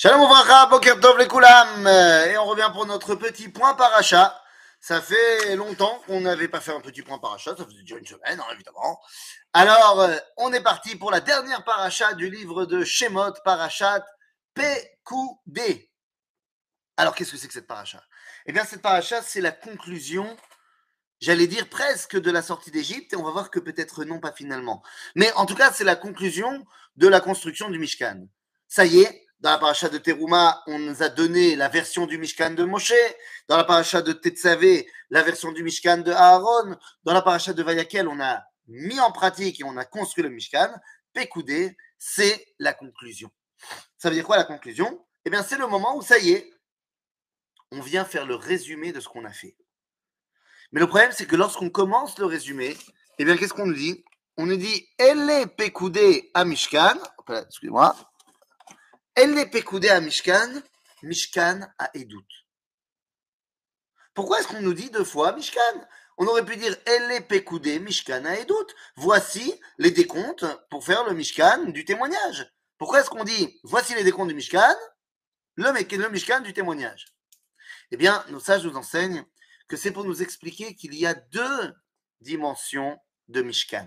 Shalom Ouvracha, Boker Tov les Koulam. Et on revient pour notre petit point paracha. Ça fait longtemps qu'on n'avait pas fait un petit point paracha, ça faisait déjà une semaine, hein, évidemment. Alors, on est parti pour la dernière paracha du livre de Shemot, parachat Pekoudé. Alors, qu'est-ce que c'est que cette paracha? Eh bien, cette paracha, c'est la conclusion, j'allais dire presque de la sortie d'Égypte, et on va voir que peut-être non, pas finalement. Mais en tout cas, c'est la conclusion de la construction du Mishkan. Ça y est, dans la paracha de Teruma, on nous a donné la version du Mishkan de Moshe. Dans la paracha de Tetzavé, la version du Mishkan de Aaron. Dans la paracha de Vayakel, on a mis en pratique et on a construit le Mishkan. Pekoudé, c'est la conclusion. Ça veut dire quoi la conclusion? Eh bien, c'est le moment où ça y est, on vient faire le résumé de ce qu'on a fait. Mais le problème, c'est que lorsqu'on commence le résumé, eh bien, qu'est-ce qu'on nous dit? On nous dit, elle est Pekoudé à Mishkan. Excusez-moi. Elle est Pekoudé à Mishkan, Mishkan à Edout. Pourquoi est-ce qu'on nous dit deux fois Mishkan? On aurait pu dire Elle est Pekoudé, Mishkan à Edout. Voici les décomptes pour faire le Mishkan du témoignage. Pourquoi est-ce qu'on dit voici les décomptes du Mishkan, le Mishkan du témoignage? Eh bien, nos sages nous enseignent que c'est pour nous expliquer qu'il y a deux dimensions de Mishkan.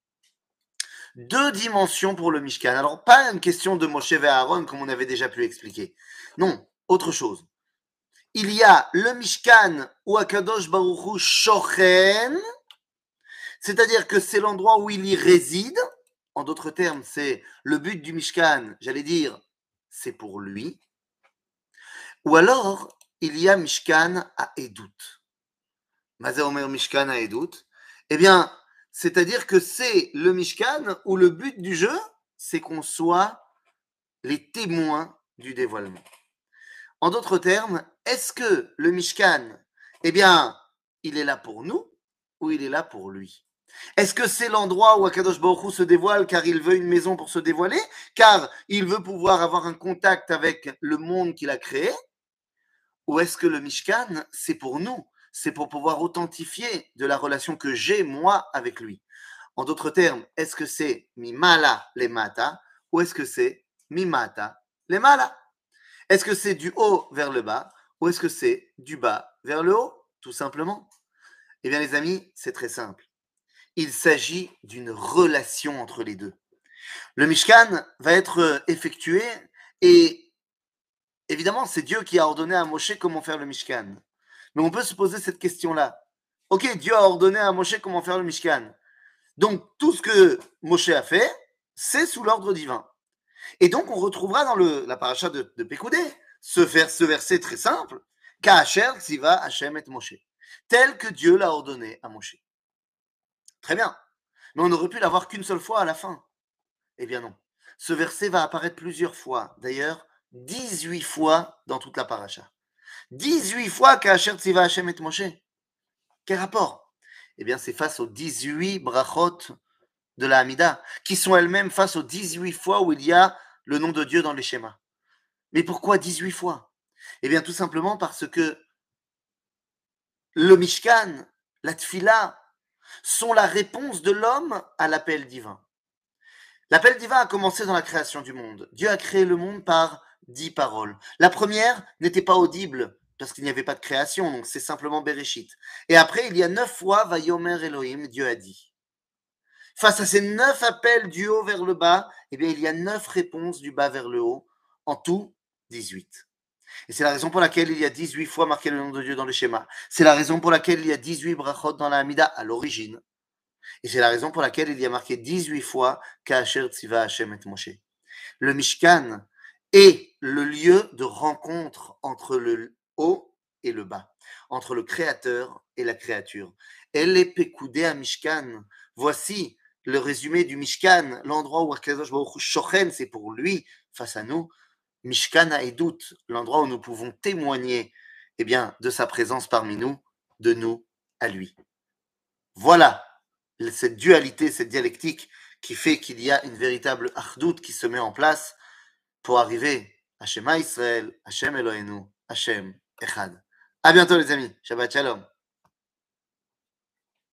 Deux dimensions pour le Mishkan. Alors, pas une question de Moshe et Aaron comme on avait déjà pu expliquer. Non, autre chose. Il y a le Mishkan où Akadosh Baruch Hu shochen, c'est-à-dire que c'est l'endroit où il y réside. En d'autres termes, c'est le but du Mishkan, j'allais dire, c'est pour lui. Ou alors, il y a Mishkan à Edout. Mazé Omer Mishkan à Edout. Eh bien, c'est-à-dire que c'est le Mishkan où le but du jeu, c'est qu'on soit les témoins du dévoilement. En d'autres termes, est-ce que le Mishkan, eh bien, il est là pour nous ou il est là pour lui? Est-ce que c'est l'endroit où Akadosh Baruch Hu se dévoile car il veut une maison pour se dévoiler, car il veut pouvoir avoir un contact avec le monde qu'il a créé? Ou est-ce que le Mishkan, c'est pour nous? C'est pour pouvoir authentifier de la relation que j'ai, moi, avec lui. En d'autres termes, est-ce que c'est Mimala le Mata ou est-ce que c'est Mimata le Mala? Est-ce que c'est du haut vers le bas ou est-ce que c'est du bas vers le haut, tout simplement? Eh bien, les amis, c'est très simple. Il s'agit d'une relation entre les deux. Le Mishkan va être effectué et évidemment, c'est Dieu qui a ordonné à Moshe comment faire le Mishkan. Mais on peut se poser cette question-là. Ok, Dieu a ordonné à Moshe comment faire le Mishkan. Donc, tout ce que Moshe a fait, c'est sous l'ordre divin. Et donc, on retrouvera dans la paracha de Pekoudé ce verset très simple, Ka'asher ksiva Hashem et Moshe, tel que Dieu l'a ordonné à Moshe. Très bien. Mais on aurait pu l'avoir qu'une seule fois à la fin. Eh bien non. Ce verset va apparaître plusieurs fois. D'ailleurs, 18 fois dans toute la paracha. 18 fois Ka'asher tsiva Hashem et Moshe. Quel rapport? Eh bien, c'est face aux 18 brachot de la Hamida, qui sont elles-mêmes face aux 18 fois où il y a le nom de Dieu dans les schémas. Mais pourquoi 18 fois? Eh bien, tout simplement parce que le Mishkan, la Tfila, sont la réponse de l'homme à l'appel divin. L'appel divin a commencé dans la création du monde. Dieu a créé le monde par 10 paroles. La première n'était pas audible parce qu'il n'y avait pas de création, donc c'est simplement Bereshit. Et après, il y a 9 fois Vayomer Elohim, Dieu a dit. Face à ces 9 appels du haut vers le bas, eh bien, il y a 9 réponses du bas vers le haut, en tout 18. Et c'est la raison pour laquelle il y a 18 fois marqué le nom de Dieu dans le schéma. C'est la raison pour laquelle il y a 18 brachot dans la Hamida à l'origine. Et c'est la raison pour laquelle il y a marqué 18 fois Ka'asher tsiva Hashem et Moshe. Le Mishkan est le lieu de rencontre entre le haut et le bas, entre le créateur et la créature. Elle est Pekoudé à Mishkan. Voici le résumé du Mishkan, l'endroit où Akadosh Baruch Hu shochen, c'est pour lui, face à nous. Mishkan à Edout, l'endroit où nous pouvons témoigner eh bien, de sa présence parmi nous, de nous à lui. Voilà cette dualité, cette dialectique qui fait qu'il y a une véritable achdout qui se met en place pour arriver à Shema Israël, Hashem Eloheinu, Hashem Echad. À bientôt les amis. Shabbat Shalom.